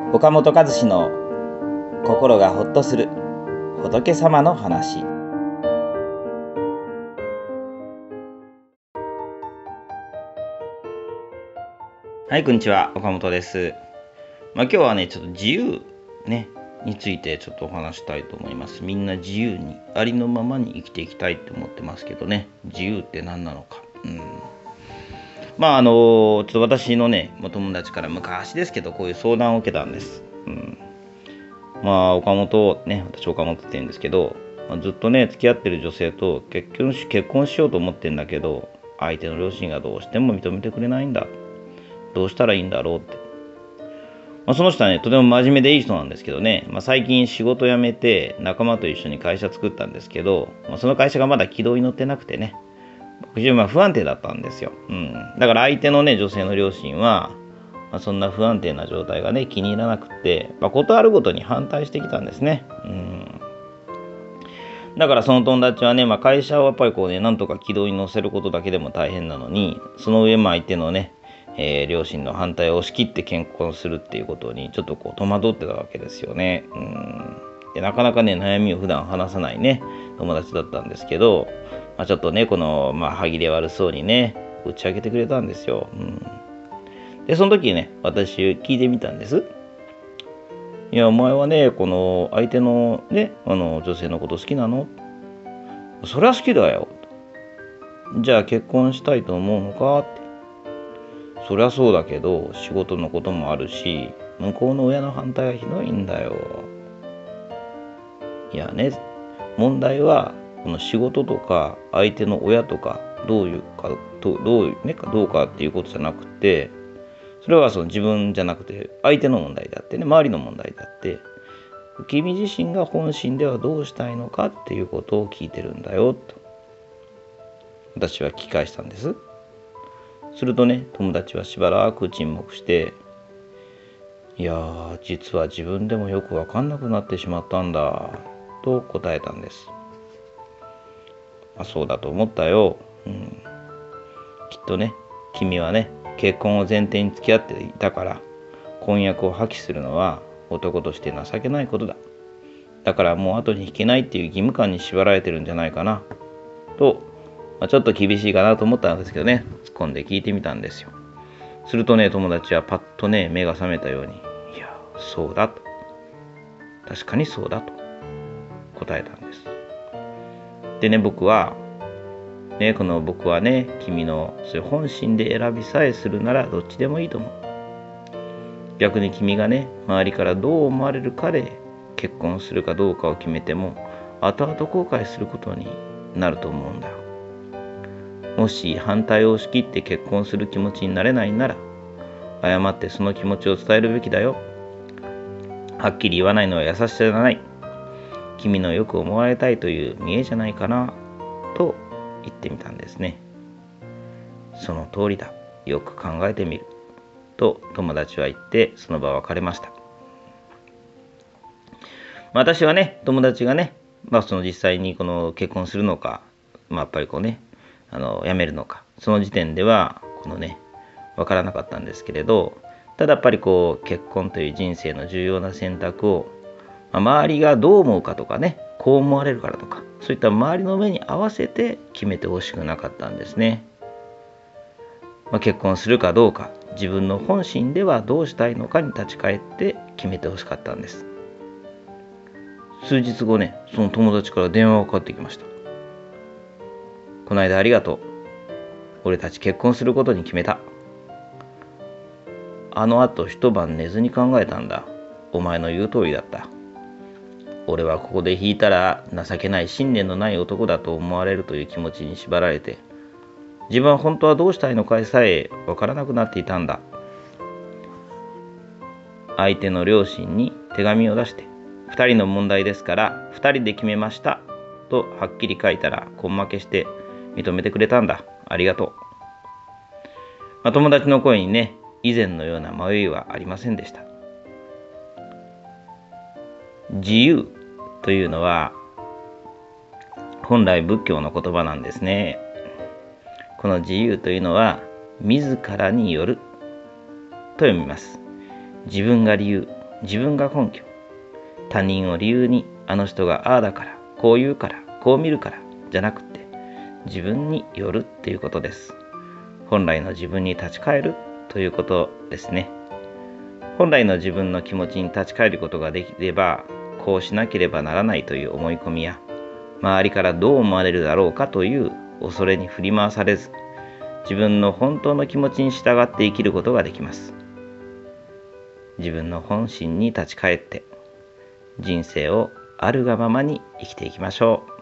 岡本和志の心がほっとする仏様の話。はい、こんにちは、岡本です。今日はね、ちょっと自由ねについてちょっとお話したいと思います。みんな自由にありのままに生きていきたいって思ってますけどね、自由って何なのか。ちょっと私のね、お友達から昔ですけど、こういう相談を受けたんです。岡本ね、私岡本って言うんですけど、ずっとね、付き合ってる女性と結婚しようと思ってんだけど、相手の両親がどうしても認めてくれないんだ。どうしたらいいんだろうって。その人はね、とても真面目でいい人なんですけどね、最近仕事辞めて仲間と一緒に会社作ったんですけど、その会社がまだ軌道に乗ってなくてね、非常に不安定だったんですよ。だから相手のね、女性の両親は、そんな不安定な状態がね、気に入らなくて、ことあるごとに反対してきたんですね。だからその友達はね、会社をやっぱりこうね、なんとか軌道に乗せることだけでも大変なのに、その上相手のね、両親の反対を押し切って結婚するっていうことにちょっとこう戸惑ってたわけですよね。でなかなかね、悩みを普段話さないね、友達だったんですけど、ちょっとね、この、歯切れ悪そうにね、打ち明けてくれたんですよ。で、その時ね、私聞いてみたんです。いや、お前はね、この相手のね、女性のこと好きなの？そりゃ好きだよ。じゃあ結婚したいと思うのかって。そりゃそうだけど、仕事のこともあるし、向こうの親の反対がひどいんだよ。いやね、問題は、この仕事とか、相手の親とか、どううかっていうことじゃなくて、それはその自分じゃなくて、相手の問題であってね、周りの問題であって、君自身が本心ではどうしたいのかっていうことを聞いてるんだよ、と。私は聞き返したんです。するとね、友達はしばらく沈黙して、いやー、実は自分でもよくわかんなくなってしまったんだ、と答えたんです。そうだと思ったよ。きっとね、君はね、結婚を前提に付き合っていたから、婚約を破棄するのは男として情けないことだ。だからもう後に引けないっていう義務感に縛られてるんじゃないかな。と、ちょっと厳しいかなと思ったんですけどね、突っ込んで聞いてみたんですよ。するとね、友達はパッとね、目が覚めたように、いや、そうだと。確かにそうだと答えたんです。でね、僕はね、君のそういう本心で選びさえするならどっちでもいいと思う。逆に君がね、周りからどう思われるかで結婚するかどうかを決めても、後々後悔することになると思うんだよ。もし反対を押し切って結婚する気持ちになれないなら、誤ってその気持ちを伝えるべきだよ。はっきり言わないのは優しさじゃない。君のよく思われたいという見栄じゃないかな、と言ってみたんですね。その通りだ。よく考えてみる。と友達は言って、その場は別れました。私はね、友達がね、その実際にこの結婚するのか、やっぱりこうね、辞めるのか、その時点ではこのね、分からなかったんですけれど、ただやっぱりこう結婚という人生の重要な選択を、周りがどう思うかとかね、こう思われるからとか、そういった周りの目に合わせて決めてほしくなかったんですね。結婚するかどうか、自分の本心ではどうしたいのかに立ち返って決めてほしかったんです。数日後ね、その友達から電話がかかってきました。この間ありがとう。俺たち結婚することに決めた。あの後一晩寝ずに考えたんだ。お前の言う通りだった。俺はここで引いたら情けない信念のない男だと思われるという気持ちに縛られて、自分は本当はどうしたいのかさえわからなくなっていたんだ。相手の両親に手紙を出して、2人の問題ですから2人で決めましたとはっきり書いたら根負けして認めてくれたんだ。ありがとう。友達の声にね、以前のような迷いはありませんでした。自由というのは本来仏教の言葉なんですね。この自由というのは自らによると読みます。自分が理由、 自分が根拠。他人を理由にあの人がああだからこう言うからこう見るからじゃなくて、自分によるっていうことです。本来の自分に立ち返るということですね。本来の自分の気持ちに立ち返ることができれば、こうしなければならないという思い込みや、周りからどう思われるだろうかという恐れに振り回されず、自分の本当の気持ちに従って生きることができます。自分の本心に立ち返って、人生をあるがままに生きていきましょう。